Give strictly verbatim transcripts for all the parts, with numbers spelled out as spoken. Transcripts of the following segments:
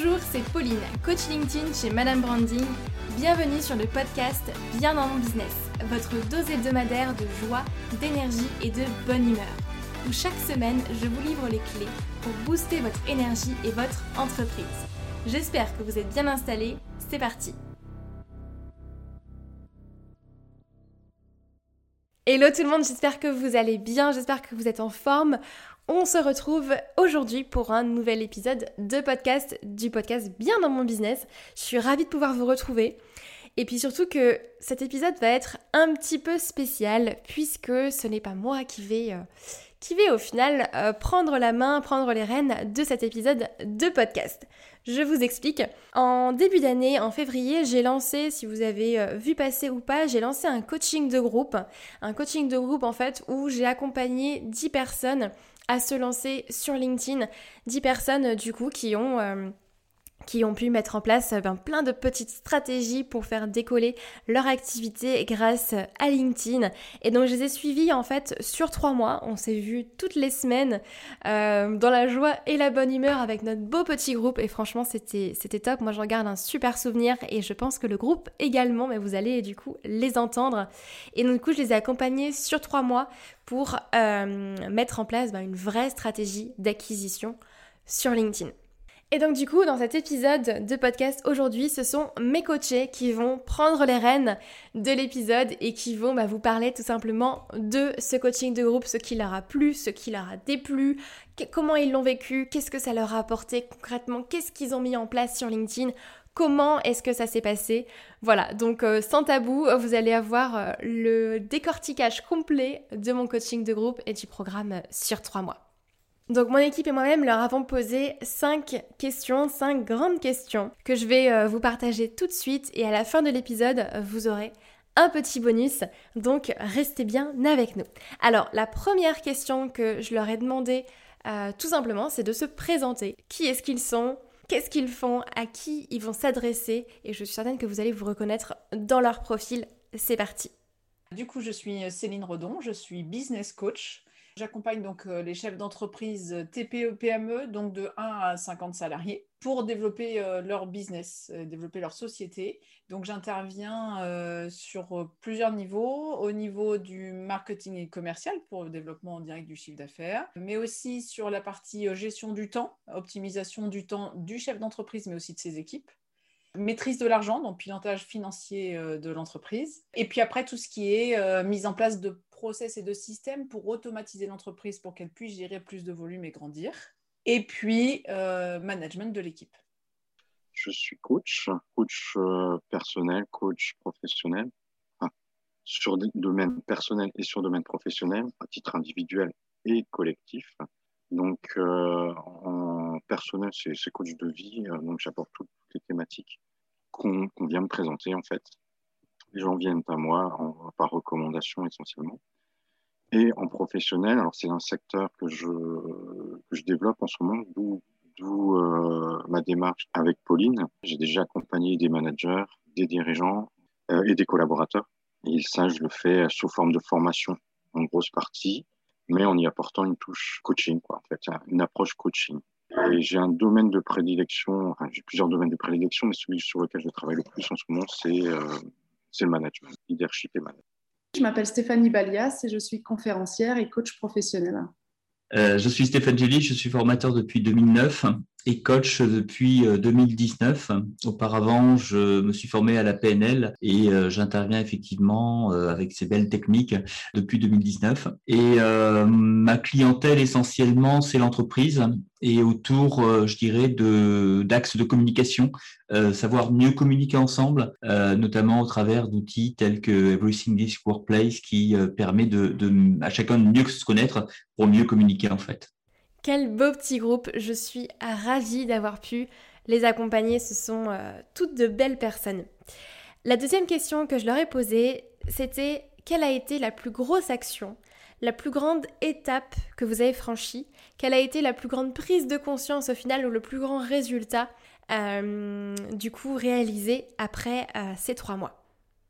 Bonjour, c'est Pauline, coach LinkedIn chez Madame Branding. Bienvenue sur le podcast Bien dans mon business, votre dose hebdomadaire de joie, d'énergie et de bonne humeur, où chaque semaine, je vous livre les clés pour booster votre énergie et votre entreprise. J'espère que vous êtes bien installés, c'est parti. Hello tout le monde, j'espère que vous allez bien, j'espère que vous êtes en forme. On se retrouve aujourd'hui pour un nouvel épisode de podcast, du podcast Bien dans mon business. Je suis ravie de pouvoir vous retrouver. Et puis surtout que cet épisode va être un petit peu spécial puisque ce n'est pas moi qui vais, euh, qui vais au final euh, prendre la main, prendre les rênes de cet épisode de podcast. Je vous explique. En début d'année, en février, j'ai lancé, si vous avez euh, vu passer ou pas, j'ai lancé un coaching de groupe. Un coaching de groupe en fait où j'ai accompagné dix personnes à se lancer sur LinkedIn. dix personnes du coup qui ont... Euh, qui ont pu mettre en place ben, plein de petites stratégies pour faire décoller leur activité grâce à LinkedIn. Et donc je les ai suivis en fait sur trois mois. On s'est vus toutes les semaines euh, dans la joie et la bonne humeur avec notre beau petit groupe. Et franchement c'était, c'était top. Moi j'en garde un super souvenir et je pense que le groupe également, mais vous allez du coup les entendre. Et donc du coup je les ai accompagnés sur trois mois pour euh, mettre en place ben, une vraie stratégie d'acquisition sur LinkedIn. Et donc du coup, dans cet épisode de podcast aujourd'hui, ce sont mes coachés qui vont prendre les rênes de l'épisode et qui vont bah, vous parler tout simplement de ce coaching de groupe, ce qui leur a plu, ce qui leur a déplu, que- comment ils l'ont vécu, qu'est-ce que ça leur a apporté concrètement, qu'est-ce qu'ils ont mis en place sur LinkedIn, comment est-ce que ça s'est passé. Voilà, donc euh, sans tabou, vous allez avoir euh, le décortiquage complet de mon coaching de groupe et du programme euh, sur trois mois. Donc mon équipe et moi-même leur avons posé cinq questions, cinq grandes questions que je vais euh, vous partager tout de suite et à la fin de l'épisode, vous aurez un petit bonus, donc restez bien avec nous. Alors la première question que je leur ai demandé euh, tout simplement, c'est de se présenter. Qui est-ce qu'ils sont ? Qu'est-ce qu'ils font ? À qui ils vont s'adresser ? Et je suis certaine que vous allez vous reconnaître dans leur profil. C'est parti. Du coup, je suis Céline Redon, je suis business coach. J'accompagne donc euh, les chefs d'entreprise T P E P M E, donc de un à cinquante salariés, pour développer euh, leur business, euh, développer leur société. Donc j'interviens euh, sur euh, plusieurs niveaux, au niveau du marketing et commercial pour le développement en direct du chiffre d'affaires, mais aussi sur la partie euh, gestion du temps, optimisation du temps du chef d'entreprise, mais aussi de ses équipes. Maîtrise de l'argent, donc pilotage financier euh, de l'entreprise. Et puis après, tout ce qui est euh, mise en place de process et de systèmes pour automatiser l'entreprise pour qu'elle puisse gérer plus de volume et grandir. Et puis, euh, management de l'équipe. Je suis coach, coach euh, personnel, coach professionnel, enfin, sur des domaines personnels et sur domaine professionnel, à titre individuel et collectif. Donc, euh, en personnel, c'est, c'est coach de vie, euh, donc j'apporte toutes les thématiques qu'on, qu'on vient me présenter en fait. Les gens viennent à moi en, par recommandation essentiellement. Et en professionnel, alors c'est un secteur que je, que je développe en ce moment, d'où, d'où euh, ma démarche avec Pauline. J'ai déjà accompagné des managers, des dirigeants euh, et des collaborateurs. Et ça, je le fais sous forme de formation en grosse partie, mais en y apportant une touche coaching, quoi, en fait, une approche coaching. Et j'ai un domaine de prédilection, enfin, j'ai plusieurs domaines de prédilection, mais celui sur lequel je travaille le plus en ce moment, c'est, euh, c'est le management, leadership et management. Je m'appelle Stéphanie Balias et je suis conférencière et coach professionnel. Euh, je suis Stéphane Gély, je suis formateur depuis deux mille neuf et coach depuis deux mille dix-neuf. Auparavant, je me suis formé à la P N L et euh, j'interviens effectivement euh, avec ces belles techniques depuis deux mille dix-neuf. Et euh, ma clientèle essentiellement, c'est l'entreprise et autour, euh, je dirais, de d'axes de communication, euh, savoir mieux communiquer ensemble, euh, notamment au travers d'outils tels que Everything is Workplace qui euh, permet de, de à chacun de mieux se connaître pour mieux communiquer en fait. Quel beau petit groupe, je suis ravie d'avoir pu les accompagner, ce sont euh, toutes de belles personnes. La deuxième question que je leur ai posée, c'était quelle a été la plus grosse action, la plus grande étape que vous avez franchie, quelle a été la plus grande prise de conscience au final ou le plus grand résultat euh, du coup réalisé après euh, ces trois mois.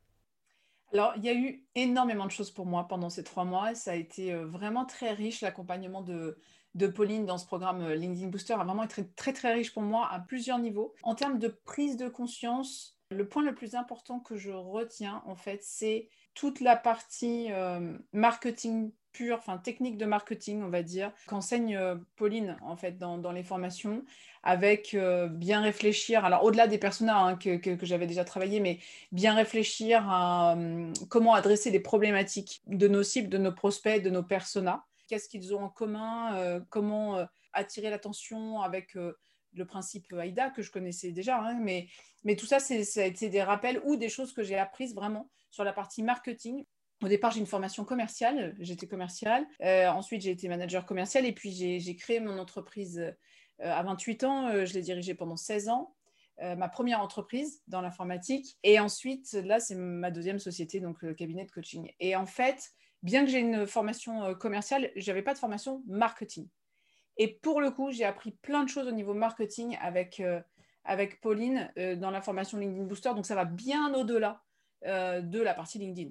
Alors, il y a eu énormément de choses pour moi pendant ces trois mois. Ça a été euh, vraiment très riche, l'accompagnement de, de Pauline dans ce programme LinkedIn Booster a vraiment été très, très, très riche pour moi à plusieurs niveaux. En termes de prise de conscience, le point le plus important que je retiens, en fait, c'est toute la partie euh, marketing pure, enfin technique de marketing, on va dire, qu'enseigne euh, Pauline, en fait, dans, dans les formations, avec euh, bien réfléchir, alors au-delà des personas hein, que, que, que j'avais déjà travaillé, mais bien réfléchir à euh, comment adresser les problématiques de nos cibles, de nos prospects, de nos personas. Qu'est-ce qu'ils ont en commun, euh, comment euh, attirer l'attention avec euh, le principe AIDA que je connaissais déjà, hein, mais, mais tout ça, c'est, ça a été des rappels ou des choses que j'ai apprises vraiment sur la partie marketing. Au départ, j'ai une formation commerciale, j'étais commerciale, euh, ensuite j'ai été manager commercial et puis j'ai, j'ai créé mon entreprise euh, à vingt-huit ans, euh, je l'ai dirigée pendant seize ans. Euh, ma première entreprise dans l'informatique et ensuite, là, c'est ma deuxième société, donc le cabinet de coaching. Et en fait, bien que j'ai une formation commerciale, je n'avais pas de formation marketing. Et pour le coup, j'ai appris plein de choses au niveau marketing avec, euh, avec Pauline euh, dans la formation LinkedIn Booster. Donc, ça va bien au-delà euh, de la partie LinkedIn.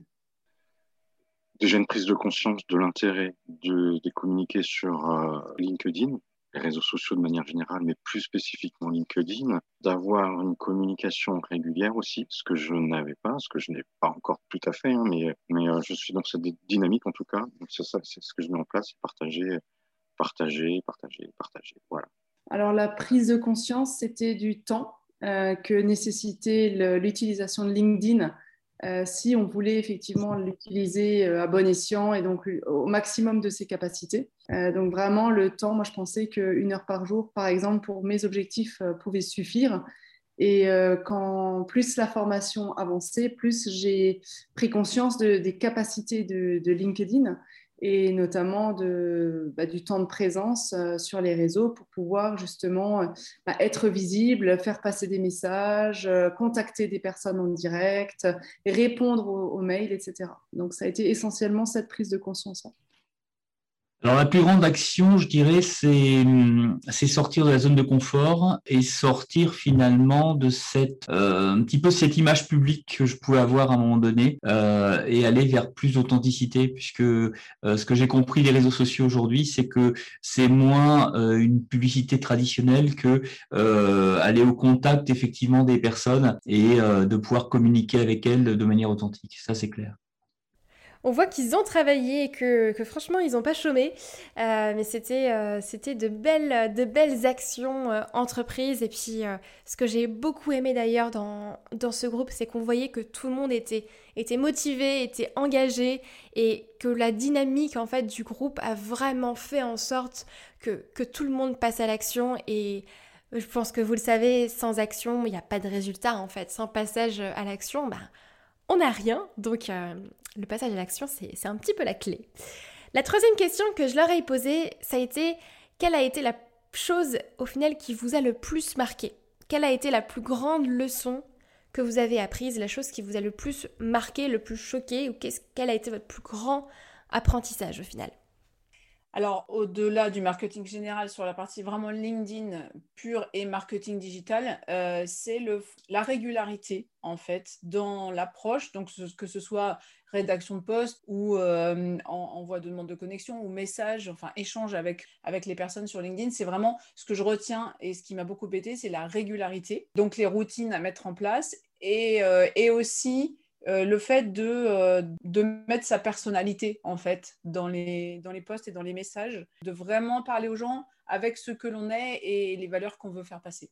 Déjà une prise de conscience de l'intérêt de, de communiquer sur euh, LinkedIn, les réseaux sociaux de manière générale, mais plus spécifiquement LinkedIn, d'avoir une communication régulière aussi, ce que je n'avais pas, ce que je n'ai pas encore tout à fait, hein, mais, mais euh, je suis dans cette dynamique en tout cas. Donc c'est ça, c'est ce que je mets en place, c'est partager, partager, partager, partager. Voilà. Alors la prise de conscience, c'était du temps euh, que nécessitait le, l'utilisation de LinkedIn euh, si on voulait effectivement l'utiliser euh, à bon escient et donc au maximum de ses capacités. Euh, donc vraiment le temps, moi je pensais qu'une heure par jour, par exemple, pour mes objectifs euh, pouvait suffire. Et euh, quand plus la formation avançait, plus j'ai pris conscience de, des capacités de, de LinkedIn et notamment de, bah, du temps de présence euh, sur les réseaux pour pouvoir justement euh, bah, être visible, faire passer des messages, euh, contacter des personnes en direct, répondre aux, aux mails, et cetera. Donc ça a été essentiellement cette prise de conscience-là. Alors, la plus grande action, je dirais, c'est, c'est sortir de la zone de confort et sortir finalement de cette, euh, un petit peu cette image publique que je pouvais avoir à un moment donné euh, et aller vers plus d'authenticité puisque euh, ce que j'ai compris des réseaux sociaux aujourd'hui, c'est que c'est moins euh, une publicité traditionnelle que euh, aller au contact effectivement des personnes et euh, de pouvoir communiquer avec elles de manière authentique. Ça, c'est clair. On voit qu'ils ont travaillé et que, que franchement, ils n'ont pas chômé. Euh, mais c'était, euh, c'était de belles, de belles actions euh, entreprises. Et puis, euh, ce que j'ai beaucoup aimé d'ailleurs dans, dans ce groupe, c'est qu'on voyait que tout le monde était, était motivé, était engagé et que la dynamique en fait, du groupe a vraiment fait en sorte que, que tout le monde passe à l'action. Et je pense que vous le savez, sans action, il n'y a pas de résultat en fait. Sans passage à l'action, bah, on n'a rien. Donc, euh, le passage à l'action, c'est, c'est un petit peu la clé. La troisième question que je leur ai posée, ça a été quelle a été la chose au final qui vous a le plus marqué ? Quelle a été la plus grande leçon que vous avez apprise, la chose qui vous a le plus marqué, le plus choqué, ou qu'est-ce, quel a été votre plus grand apprentissage au final ? Alors, au-delà du marketing général sur la partie vraiment LinkedIn pure et marketing digital, euh, c'est le, la régularité, en fait, dans l'approche, donc ce, que ce soit rédaction de poste ou euh, en, envoi de demande de connexion ou message, enfin échange avec, avec les personnes sur LinkedIn. C'est vraiment ce que je retiens et ce qui m'a beaucoup aidé, c'est la régularité. Donc, les routines à mettre en place et, euh, et aussi... Euh, le fait de, euh, de mettre sa personnalité en fait dans les, dans les posts et dans les messages, de vraiment parler aux gens avec ce que l'on est et les valeurs qu'on veut faire passer.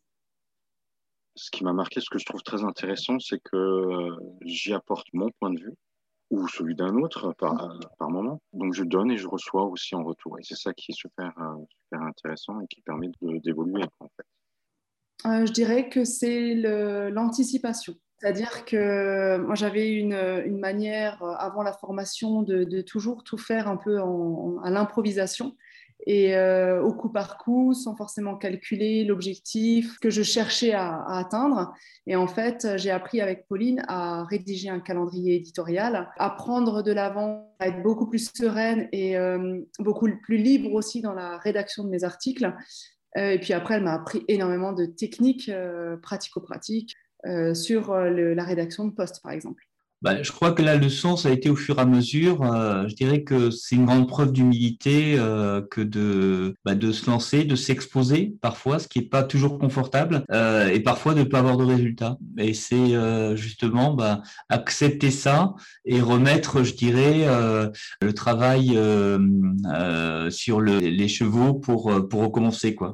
Ce qui m'a marqué, ce que je trouve très intéressant, c'est que euh, j'y apporte mon point de vue ou celui d'un autre par, par moment. Donc je donne et je reçois aussi en retour. Et c'est ça qui est super, euh, super intéressant et qui permet de, d'évoluer en fait. Euh, je dirais que c'est le, l'anticipation. C'est-à-dire que moi, j'avais une, une manière avant la formation de, de toujours tout faire un peu en, en, à l'improvisation et euh, au coup par coup, sans forcément calculer l'objectif que je cherchais à, à atteindre. Et en fait, j'ai appris avec Pauline à rédiger un calendrier éditorial, à prendre de l'avant, à être beaucoup plus sereine et euh, beaucoup plus libre aussi dans la rédaction de mes articles. Euh, et puis après, elle m'a appris énormément de techniques euh, pratico-pratiques. Euh, sur euh, le, la rédaction de posts, par exemple. Bah, je crois que la leçon, ça a été au fur et à mesure. Euh, je dirais que c'est une grande preuve d'humilité euh, que de bah, de se lancer, de s'exposer parfois, ce qui est pas toujours confortable, euh, et parfois de ne pas avoir de résultats. Et c'est euh, justement bah, accepter ça et remettre, je dirais, euh, le travail euh, euh, sur le, les chevaux pour pour recommencer, quoi.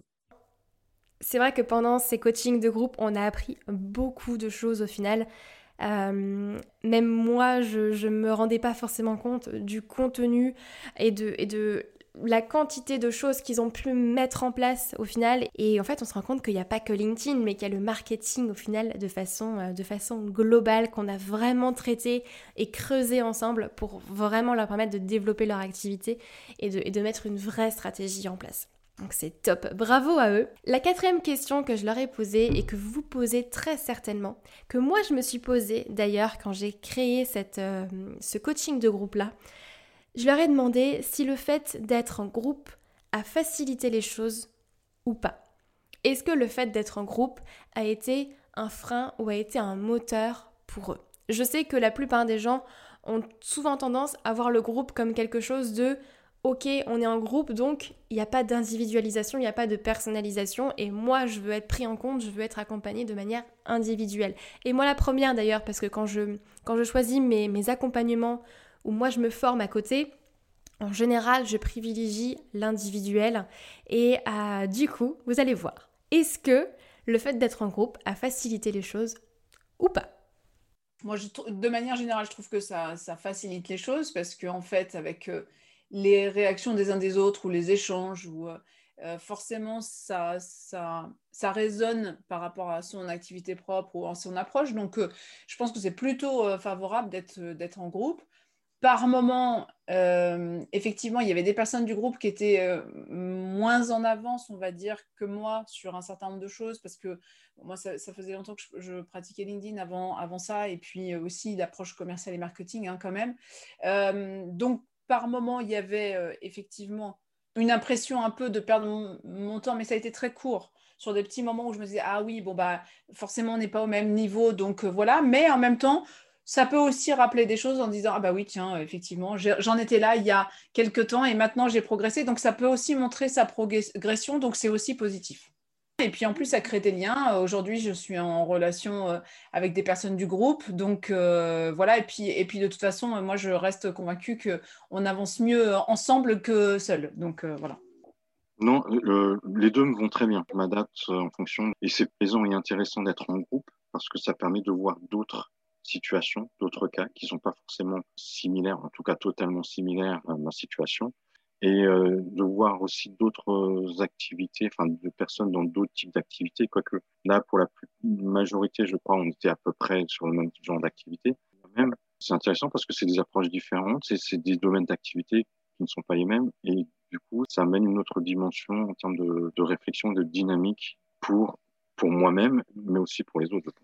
C'est vrai que pendant ces coachings de groupe, on a appris beaucoup de choses au final. Euh, même moi, je ne me rendais pas forcément compte du contenu et de, et de la quantité de choses qu'ils ont pu mettre en place au final. Et en fait, on se rend compte qu'il n'y a pas que LinkedIn, mais qu'il y a le marketing au final de façon, de façon globale qu'on a vraiment traité et creusé ensemble pour vraiment leur permettre de développer leur activité et de, et de mettre une vraie stratégie en place. Donc c'est top, bravo à eux. La quatrième question que je leur ai posée et que vous vous posez très certainement, que moi je me suis posée d'ailleurs quand j'ai créé cette, euh, ce coaching de groupe-là, je leur ai demandé si le fait d'être en groupe a facilité les choses ou pas. Est-ce que le fait d'être en groupe a été un frein ou a été un moteur pour eux? Je sais que la plupart des gens ont souvent tendance à voir le groupe comme quelque chose de ok, on est en groupe, donc il n'y a pas d'individualisation, il n'y a pas de personnalisation et moi je veux être pris en compte, je veux être accompagnée de manière individuelle. Et moi la première d'ailleurs, parce que quand je, quand je choisis mes, mes accompagnements où moi je me forme à côté, en général je privilégie l'individuel et euh, du coup, vous allez voir, est-ce que le fait d'être en groupe a facilité les choses ou pas? Moi, je, de manière générale, je trouve que ça, ça facilite les choses parce qu'en fait, avec... Euh, les réactions des uns des autres ou les échanges, ou, euh, forcément ça, ça, ça résonne par rapport à son activité propre ou à son approche. Donc euh, je pense que c'est plutôt euh, favorable d'être, d'être en groupe. Par moment, euh, effectivement, il y avait des personnes du groupe qui étaient euh, moins en avance, on va dire, que moi sur un certain nombre de choses, parce que bon, moi, ça, ça faisait longtemps que je, je pratiquais LinkedIn avant, avant ça, et puis aussi l'approche commerciale et marketing hein, quand même. Euh, donc, par moment, il y avait euh, effectivement une impression un peu de perdre mon, mon temps, mais ça a été très court, sur des petits moments où je me disais, ah oui, bon, bah, forcément, on n'est pas au même niveau, donc euh, voilà. Mais en même temps, ça peut aussi rappeler des choses en disant, ah bah oui, tiens, effectivement, j'en étais là il y a quelques temps et maintenant, j'ai progressé. Donc, ça peut aussi montrer sa progression, donc c'est aussi positif. Et puis en plus, ça crée des liens. Aujourd'hui, je suis en relation avec des personnes du groupe. Donc euh, voilà, et puis, et puis de toute façon, moi, je reste convaincue qu'on avance mieux ensemble que seul. Donc euh, voilà. Non, euh, les deux me vont très bien. Je m'adapte en fonction. Et c'est plaisant et intéressant d'être en groupe parce que ça permet de voir d'autres situations, d'autres cas qui ne sont pas forcément similaires, en tout cas totalement similaires à ma situation. Et euh, de voir aussi d'autres activités, enfin de personnes dans d'autres types d'activités, quoique là, pour la plus majorité, je crois, on était à peu près sur le même genre d'activité. Même, c'est intéressant parce que c'est des approches différentes, c'est, c'est des domaines d'activité qui ne sont pas les mêmes, et du coup, ça amène une autre dimension en termes de, de réflexion, de dynamique pour, pour moi-même, mais aussi pour les autres.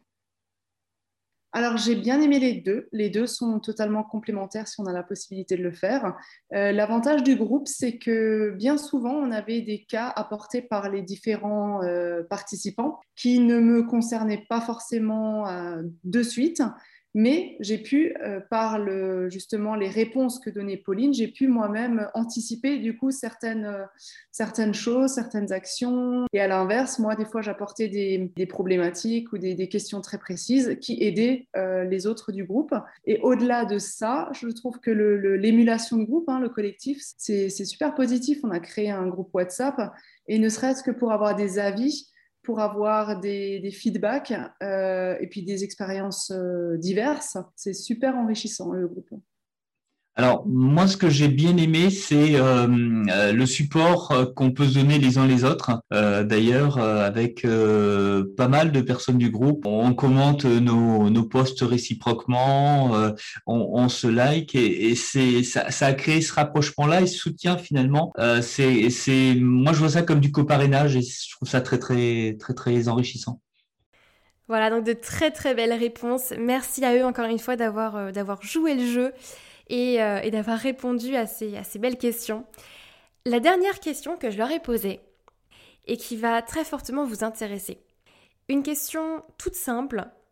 Alors, j'ai bien aimé les deux. Les deux sont totalement complémentaires si on a la possibilité de le faire. Euh, l'avantage du groupe, c'est que bien souvent, on avait des cas apportés par les différents euh, participants qui ne me concernaient pas forcément euh, de suite. Mais j'ai pu, euh, par le, justement les réponses que donnait Pauline, j'ai pu moi-même anticiper du coup certaines, euh, certaines choses, certaines actions. Et à l'inverse, moi, des fois, j'apportais des, des problématiques ou des, des questions très précises qui aidaient euh, les autres du groupe. Et au-delà de ça, je trouve que le, le, l'émulation de groupe, hein, le collectif, c'est, c'est super positif. On a créé un groupe WhatsApp et ne serait-ce que pour avoir des avis, pour avoir des, des feedbacks euh, et puis des expériences euh, diverses. C'est super enrichissant, le groupe. Alors, moi, ce que j'ai bien aimé, c'est euh, le support qu'on peut se donner les uns les autres. Euh, d'ailleurs, euh, avec euh, pas mal de personnes du groupe, on commente nos, nos posts réciproquement, euh, on, on se like et, et c'est ça, ça a créé ce rapprochement-là et ce soutien finalement. Euh, c'est, c'est, moi, je vois ça comme du coparrainage et je trouve ça très, très, très, très enrichissant. Voilà, donc de très, très belles réponses. Merci à eux encore une fois d'avoir, euh, d'avoir joué le jeu. Et, euh, et d'avoir répondu à ces, à ces belles questions. La dernière question que je leur ai posée et qui va très fortement vous intéresser. Une question toute simple,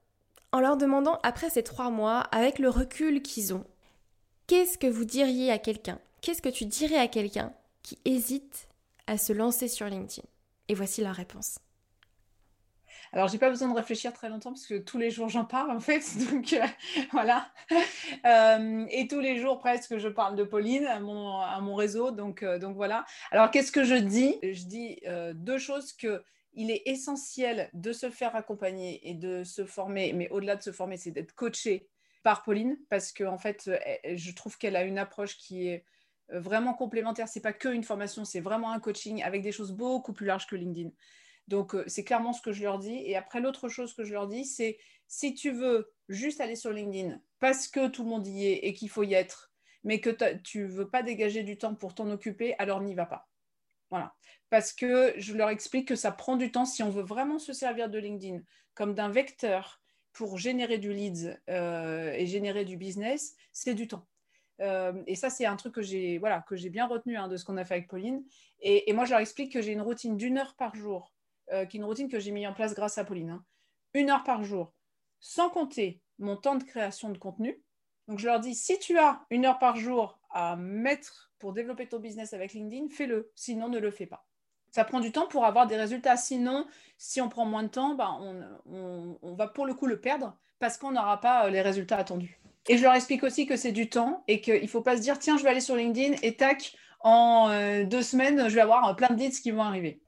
en leur demandant, après ces trois mois, avec le recul qu'ils ont, qu'est-ce que vous diriez à quelqu'un ? Qu'est-ce que tu dirais à quelqu'un qui hésite à se lancer sur LinkedIn ? Et voici la réponse. Alors, j'ai pas besoin de réfléchir très longtemps parce que tous les jours, j'en parle en fait. Donc, euh, voilà. Euh, et tous les jours, presque, je parle de Pauline à mon, à mon réseau. Donc, euh, donc, voilà. Alors, qu'est-ce que je dis ? Je dis euh, deux choses que il est essentiel de se faire accompagner et de se former. Mais au-delà de se former, c'est d'être coaché par Pauline parce que, en fait, je trouve qu'elle a une approche qui est vraiment complémentaire. C'est pas qu'une formation, c'est vraiment un coaching avec des choses beaucoup plus larges que LinkedIn. Donc, euh, c'est clairement ce que je leur dis. Et après, l'autre chose que je leur dis, c'est si tu veux juste aller sur LinkedIn parce que tout le monde y est et qu'il faut y être, mais que tu ne veux pas dégager du temps pour t'en occuper, alors n'y va pas. Voilà. Parce que je leur explique que ça prend du temps si on veut vraiment se servir de LinkedIn comme d'un vecteur pour générer du leads euh, et générer du business, c'est du temps. Euh, et ça, c'est un truc que j'ai, voilà, que j'ai bien retenu hein, de ce qu'on a fait avec Pauline. Et, et moi, je leur explique que j'ai une routine d'une heure par jour Euh, qui est une routine que j'ai mise en place grâce à Pauline. Hein. Une heure par jour, sans compter mon temps de création de contenu. Donc, je leur dis, si tu as une heure par jour à mettre pour développer ton business avec LinkedIn, fais-le. Sinon, ne le fais pas. Ça prend du temps pour avoir des résultats. Sinon, si on prend moins de temps, ben, on, on, on va pour le coup le perdre parce qu'on n'aura pas les résultats attendus. Et je leur explique aussi que c'est du temps et qu'il ne faut pas se dire, tiens, je vais aller sur LinkedIn et tac, en euh, deux semaines, je vais avoir plein de leads qui vont arriver.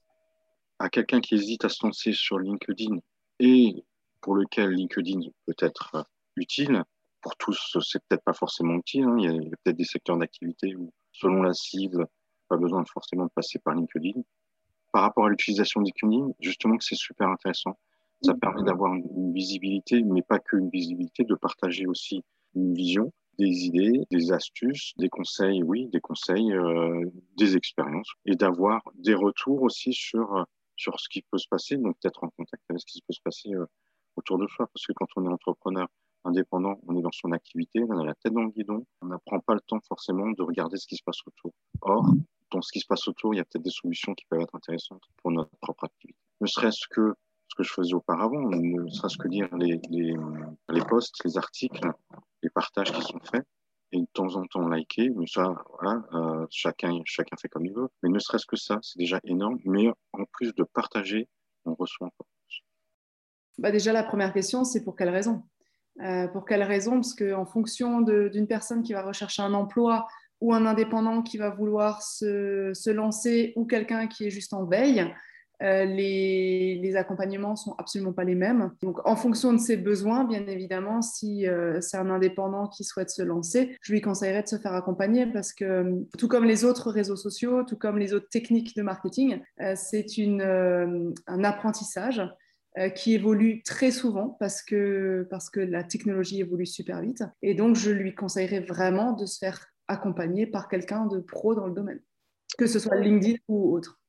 À quelqu'un qui hésite à se lancer sur LinkedIn et pour lequel LinkedIn peut être utile, pour tous, c'est peut-être pas forcément utile. Hein. Il y a, il y a peut-être des secteurs d'activité où, selon la cible, pas besoin de forcément de passer par LinkedIn. Par rapport à l'utilisation de LinkedIn, justement que c'est super intéressant. Ça permet d'avoir une visibilité, mais pas qu'une visibilité, de partager aussi une vision, des idées, des astuces, des conseils, oui, des conseils, euh, des expériences, et d'avoir des retours aussi sur sur ce qui peut se passer, donc d'être en contact avec ce qui peut se passer euh, autour de soi, parce que quand on est entrepreneur indépendant, on est dans son activité, on a la tête dans le guidon, on n'apprend pas le temps forcément de regarder ce qui se passe autour. Or, dans ce qui se passe autour, il y a peut-être des solutions qui peuvent être intéressantes pour notre propre activité. Ne serait-ce que ce que je faisais auparavant, ne serait-ce que lire les, les, les posts, les articles, les partages qui sont faits, et de temps en temps liker, mais ça, voilà, euh, chacun, chacun fait comme il veut. Mais ne serait-ce que ça, c'est déjà énorme. Mais en plus de partager, on reçoit encore plus. Bah déjà, la première question, c'est pour quelle raison euh, Pour quelle raison Parce qu'en fonction de, d'une personne qui va rechercher un emploi ou un indépendant qui va vouloir se, se lancer ou quelqu'un qui est juste en veille, Euh, les, les accompagnements sont absolument pas les mêmes. Donc, en fonction de ses besoins, bien évidemment, si euh, c'est un indépendant qui souhaite se lancer, je lui conseillerais de se faire accompagner parce que, tout comme les autres réseaux sociaux, tout comme les autres techniques de marketing, euh, c'est une, euh, un apprentissage euh, qui évolue très souvent parce que, parce que la technologie évolue super vite. Et donc, je lui conseillerais vraiment de se faire accompagner par quelqu'un de pro dans le domaine, que ce soit LinkedIn ou autre.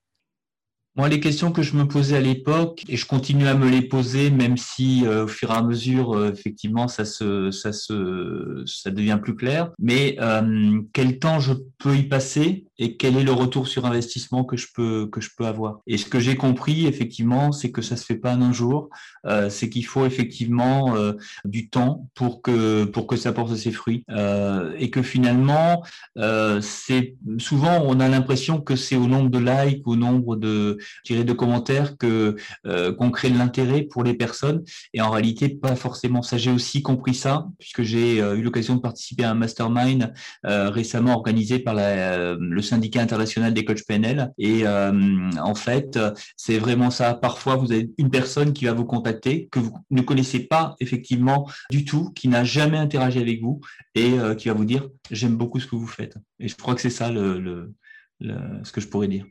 Moi, les questions que je me posais à l'époque, et je continue à me les poser, même si euh, au fur et à mesure, euh, effectivement, ça se, ça se, ça devient plus clair. Mais euh, quel temps je peux y passer et quel est le retour sur investissement que je peux, que je peux avoir. Et ce que j'ai compris, effectivement, c'est que ça se fait pas en un jour. Euh, c'est qu'il faut effectivement euh, du temps pour que, pour que ça porte ses fruits. Euh, et que finalement, euh, c'est souvent on a l'impression que c'est au nombre de likes, au nombre de je dirais de commentaires que euh, qu'on crée de l'intérêt pour les personnes et en réalité pas forcément. Ça, j'ai aussi compris ça puisque j'ai euh, eu l'occasion de participer à un mastermind euh, récemment organisé par la, euh, le syndicat international des coachs P N L et euh, en fait c'est vraiment ça. Parfois vous avez une personne qui va vous contacter que vous ne connaissez pas effectivement du tout, qui n'a jamais interagi avec vous et euh, qui va vous dire j'aime beaucoup ce que vous faites. Et je crois que c'est ça le, le, le ce que je pourrais dire.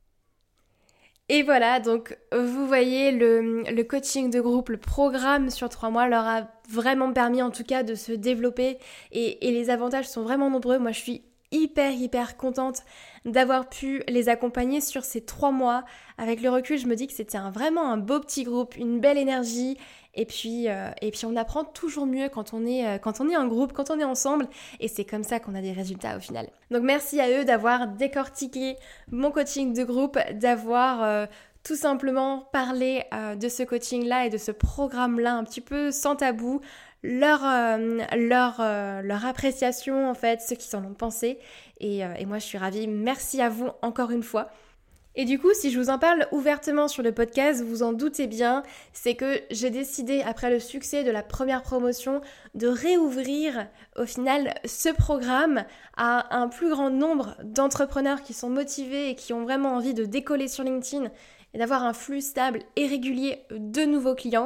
Et voilà, donc vous voyez, le, le coaching de groupe, le programme sur trois mois leur a vraiment permis en tout cas de se développer et, et les avantages sont vraiment nombreux. Moi je suis hyper hyper contente d'avoir pu les accompagner sur ces trois mois. Avec le recul, je me dis que c'était un, vraiment un beau petit groupe, une belle énergie. Et puis, euh, et puis on apprend toujours mieux quand on est, euh, quand on est en groupe, quand on est ensemble. Et c'est comme ça qu'on a des résultats au final. Donc merci à eux d'avoir décortiqué mon coaching de groupe, d'avoir euh, tout simplement parler euh, de ce coaching-là et de ce programme-là un petit peu sans tabou, leur, euh, leur, euh, leur appréciation en fait, ceux qui en ont pensé. Et, euh, et moi je suis ravie, merci à vous encore une fois. Et du coup, si je vous en parle ouvertement sur le podcast, vous en doutez bien, c'est que j'ai décidé, après le succès de la première promotion, de réouvrir au final ce programme à un plus grand nombre d'entrepreneurs qui sont motivés et qui ont vraiment envie de décoller sur LinkedIn et d'avoir un flux stable et régulier de nouveaux clients.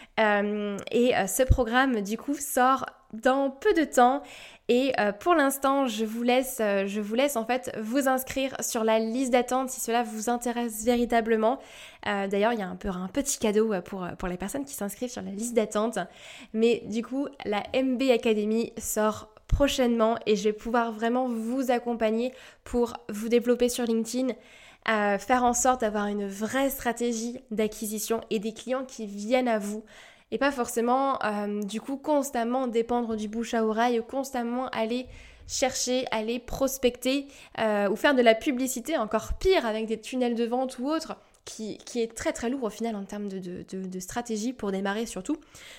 Euh, et euh, ce programme, du coup, sort dans peu de temps. Et euh, pour l'instant, je vous laisse, euh, je vous laisse en fait vous inscrire sur la liste d'attente si cela vous intéresse véritablement. Euh, d'ailleurs, il y a un peu un petit cadeau pour, pour les personnes qui s'inscrivent sur la liste d'attente. Mais du coup, la M B Academy sort prochainement et je vais pouvoir vraiment vous accompagner pour vous développer sur LinkedIn, euh, faire en sorte d'avoir une vraie stratégie d'acquisition et des clients qui viennent à vous. Et pas forcément, euh, du coup, constamment dépendre du bouche à oreille, constamment aller chercher, aller prospecter euh, ou faire de la publicité, encore pire avec des tunnels de vente ou autre, qui, qui est très très lourd au final en termes de, de, de, de stratégie pour démarrer surtout.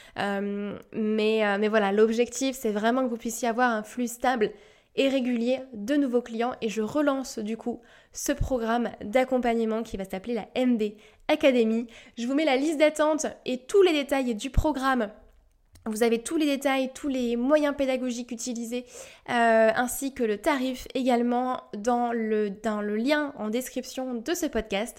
Euh, mais, euh, mais voilà, l'objectif, c'est vraiment que vous puissiez avoir un flux stable et régulier de nouveaux clients et je relance du coup ce programme d'accompagnement qui va s'appeler la M B Academy. Je vous mets la liste d'attente et tous les détails du programme. Vous avez tous les détails, tous les moyens pédagogiques utilisés, euh, ainsi que le tarif également dans le, dans le lien en description de ce podcast.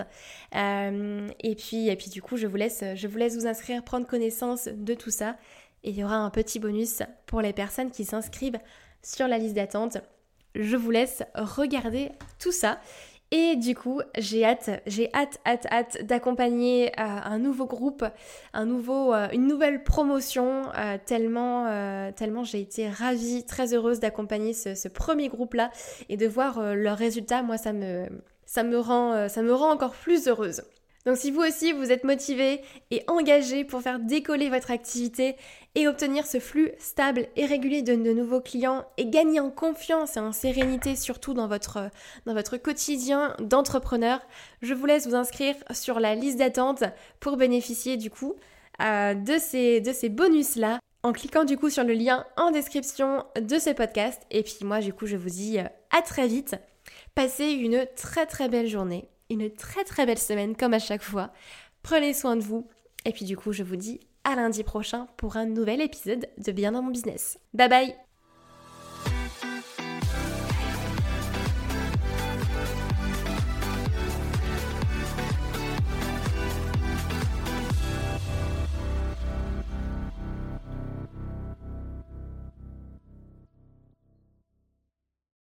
Euh, et, puis, et puis du coup, je vous, laisse, je vous laisse vous inscrire, prendre connaissance de tout ça. Et il y aura un petit bonus pour les personnes qui s'inscrivent sur la liste d'attente. Je vous laisse regarder tout ça. Et du coup, j'ai hâte, j'ai hâte, hâte, hâte d'accompagner euh, un nouveau groupe, un nouveau, euh, une nouvelle promotion, euh, tellement, euh, tellement j'ai été ravie, très heureuse d'accompagner ce, ce premier groupe-là et de voir euh, leurs résultats. Moi, ça me, ça me rend, euh, ça me rend encore plus heureuse. Donc si vous aussi vous êtes motivé et engagé pour faire décoller votre activité et obtenir ce flux stable et régulier de, de nouveaux clients et gagner en confiance et en sérénité surtout dans votre, dans votre quotidien d'entrepreneur, je vous laisse vous inscrire sur la liste d'attente pour bénéficier du coup euh, de ces, de ces bonus-là en cliquant du coup sur le lien en description de ce podcast. Et puis moi du coup je vous dis à très vite, passez une très très belle journée. Une très très belle semaine comme à chaque fois. Prenez soin de vous. Et puis du coup, je vous dis à lundi prochain pour un nouvel épisode de Bien dans mon business. Bye bye!